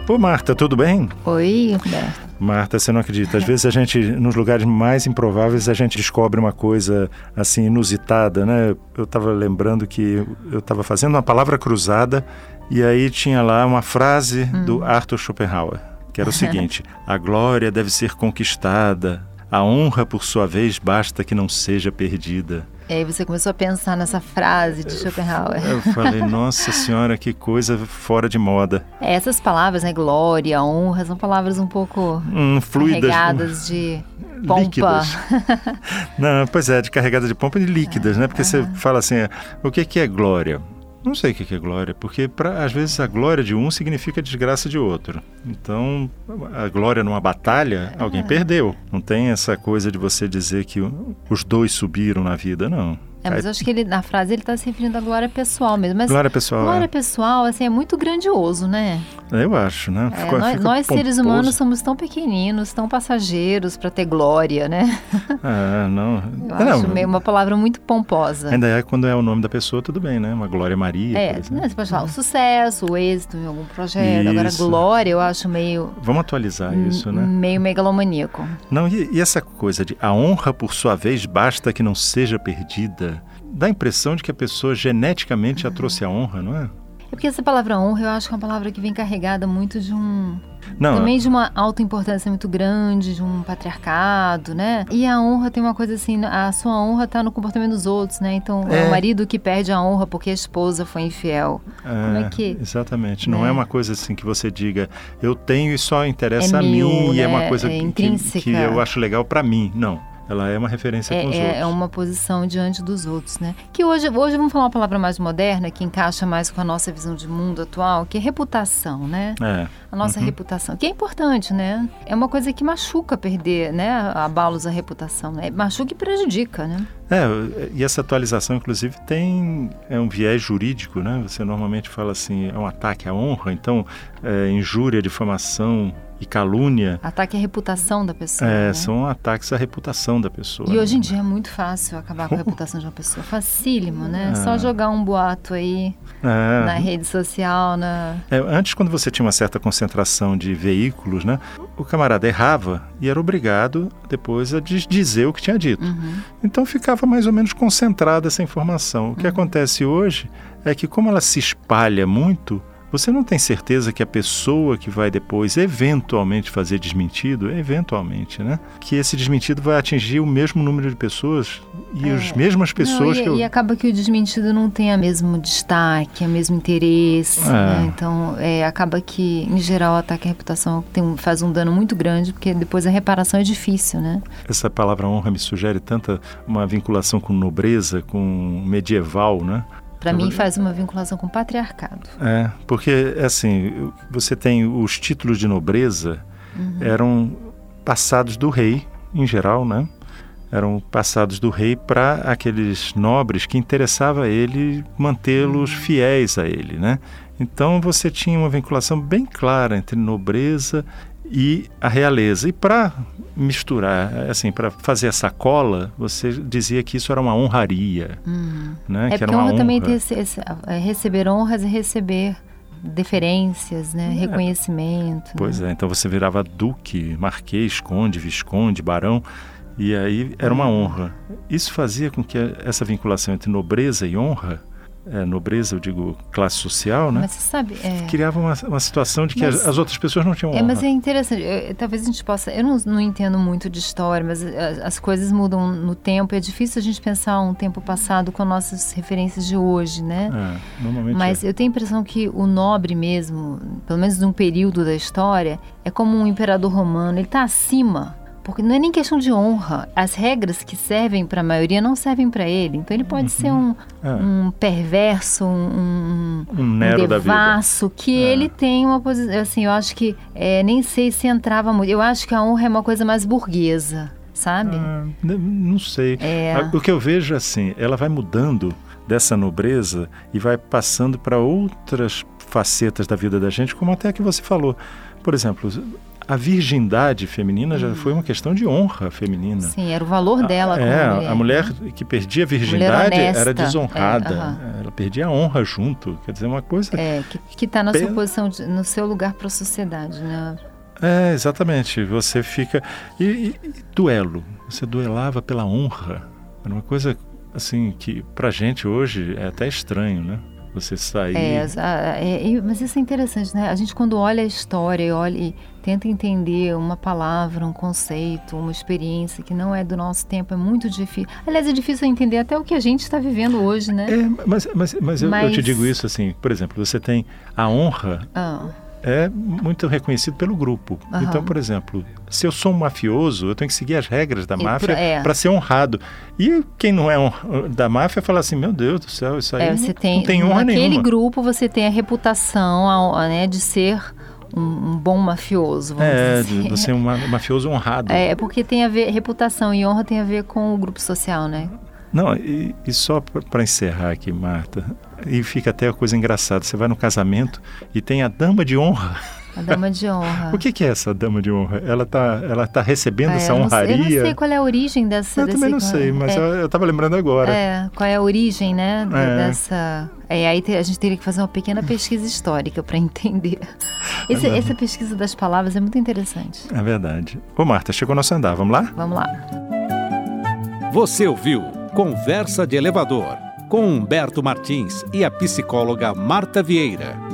Ô Marta, tudo bem? Oi, Roberto. Marta, você não acredita, às vezes a gente, nos lugares mais improváveis, a gente descobre uma coisa assim inusitada, né? Eu estava lembrando que eu estava fazendo uma palavra cruzada e aí tinha lá uma frase do Arthur Schopenhauer, que era o seguinte: a glória deve ser conquistada, a honra por sua vez basta que não seja perdida. E aí você começou a pensar nessa frase de Schopenhauer. Eu falei, nossa senhora, que coisa fora de moda. Essas palavras, né, glória, honra, são palavras um pouco fluidas, carregadas de pompa. Líquidas. Não, pois é, de carregada de pompa e de líquidas, né? Porque você fala assim, o que é glória? Não sei o que é glória, porque às vezes a glória de um significa a desgraça de outro. Então, a glória numa batalha, alguém perdeu. Não tem essa coisa de você dizer que os dois subiram na vida, não. Mas eu acho que na frase ele está se referindo à glória pessoal mesmo. Mas glória pessoal, glória pessoal, assim, é muito grandioso, né? Eu acho, né? Nós seres humanos somos tão pequeninos, tão passageiros para ter glória, né? Não. Eu acho meio uma palavra muito pomposa. Ainda é quando é o nome da pessoa, tudo bem, né? Uma Glória Maria, por exemplo. Você pode falar o sucesso, o êxito em algum projeto. Isso. Agora, glória, eu acho meio... Vamos atualizar isso, né? Meio megalomaníaco. Não, e essa coisa de a honra, por sua vez, basta que não seja perdida, dá a impressão de que a pessoa geneticamente já trouxe a honra, não é? É porque essa palavra honra, eu acho que é uma palavra que vem carregada muito de também de uma autoimportância muito grande, de um patriarcado, né? E a honra tem uma coisa assim, a sua honra está no comportamento dos outros, né? Então, é o marido que perde a honra porque a esposa foi infiel. Como é que... Exatamente. Não é uma coisa assim que você diga, eu tenho e só interessa a mim, e é uma coisa que eu acho legal para mim. Não. Ela é uma referência com os outros. É uma posição diante dos outros, né? Que hoje vamos falar uma palavra mais moderna, que encaixa mais com a nossa visão de mundo atual, que é reputação, né? A nossa reputação, que é importante, né? É uma coisa que machuca perder, né? Abalos a reputação, né? Machuca e prejudica, né? E essa atualização, inclusive, tem um viés jurídico, né? Você normalmente fala assim, é um ataque à honra, então, injúria, difamação e calúnia. Ataque à reputação da pessoa. Né? São ataques à reputação da pessoa. E hoje em dia é muito fácil acabar com a reputação de uma pessoa. Facílimo, né? Só jogar um boato aí na rede social. Antes, quando você tinha uma certa concentração de veículos, né? O camarada errava e era obrigado depois a dizer o que tinha dito. Então ficava mais ou menos concentrada essa informação. O que acontece hoje é que, como ela se espalha muito, você não tem certeza que a pessoa que vai depois eventualmente fazer desmentido, né? Que esse desmentido vai atingir o mesmo número de pessoas e as mesmas pessoas E acaba que o desmentido não tem o mesmo destaque, o mesmo interesse, né? Então, acaba que, em geral, o ataque à reputação faz um dano muito grande, porque depois a reparação é difícil, né? Essa palavra honra me sugere tanta uma vinculação com nobreza, com medieval, né? Para mim faz uma vinculação com o patriarcado. Porque assim, você tem os títulos de nobreza, eram passados do rei, em geral, né? Eram passados do rei para aqueles nobres que interessava a ele mantê-los fiéis a ele, né? Então você tinha uma vinculação bem clara entre nobreza e a realeza. E para misturar, assim, para fazer essa cola, você dizia que isso era uma honraria, né? Que porque era uma honra também tem receber honras e receber deferências, né? Reconhecimento. Pois né? Então você virava duque, marquês, conde, visconde, barão, e aí era uma honra. Isso fazia com que essa vinculação entre nobreza e honra, nobreza, eu digo classe social, né? Mas você sabe... Criava uma situação de que as outras pessoas não tinham honra. Mas é interessante, talvez a gente possa... Eu não entendo muito de história, mas as coisas mudam no tempo, é difícil a gente pensar um tempo passado com nossas referências de hoje, né? Normalmente mas eu tenho a impressão que o nobre mesmo, pelo menos num período da história, é como um imperador romano, ele está acima... Porque não é nem questão de honra. As regras que servem para a maioria não servem para ele. Então ele pode ser um perverso, um Nero devasso, que ele tem uma posição... Assim, eu acho que nem sei se entrava muito. Eu acho que a honra é uma coisa mais burguesa, sabe? Não sei. O que eu vejo assim, ela vai mudando dessa nobreza e vai passando para outras facetas da vida da gente, como até que você falou. Por exemplo... A virgindade feminina já foi uma questão de honra feminina. Sim, era o valor dela como mulher. A mulher que perdia a virgindade era desonrada. Ela perdia a honra junto. Quer dizer, uma coisa... que está na sua posição, no seu lugar para a sociedade, né? Exatamente. Você fica... E duelo. Você duelava pela honra. Era uma coisa, assim, que pra gente hoje é até estranho, né? Você sair... mas isso é interessante, né? A gente quando olha a história e tenta entender uma palavra, um conceito, uma experiência que não é do nosso tempo, é muito difícil. Aliás, é difícil entender até o que a gente está vivendo hoje, né? Mas eu te digo isso assim, por exemplo, você tem a honra... é muito reconhecido pelo grupo. Então, por exemplo, se eu sou um mafioso, eu tenho que seguir as regras da máfia para ser honrado. E quem não é da máfia fala assim, meu Deus do céu, isso aí não tem honra nenhuma. Naquele grupo você tem a reputação de ser um bom mafioso, vamos dizer. Você é um mafioso honrado. Porque tem a ver, reputação e honra tem a ver com o grupo social, né? Não, e só para encerrar aqui, Marta, e fica até a coisa engraçada, você vai no casamento e tem a dama de honra. A dama de honra. O que é essa dama de honra? Ela tá recebendo essa honraria? Eu não sei qual é a origem dessa... Eu também não sei, mas eu estava lembrando agora. Qual é a origem, né, dessa... Aí a gente teria que fazer uma pequena pesquisa histórica para entender. Essa pesquisa das palavras é muito interessante. É verdade. Ô Marta, chegou nosso andar, vamos lá? Vamos lá. Você ouviu Conversa de Elevador, com Humberto Martins e a psicóloga Marta Vieira.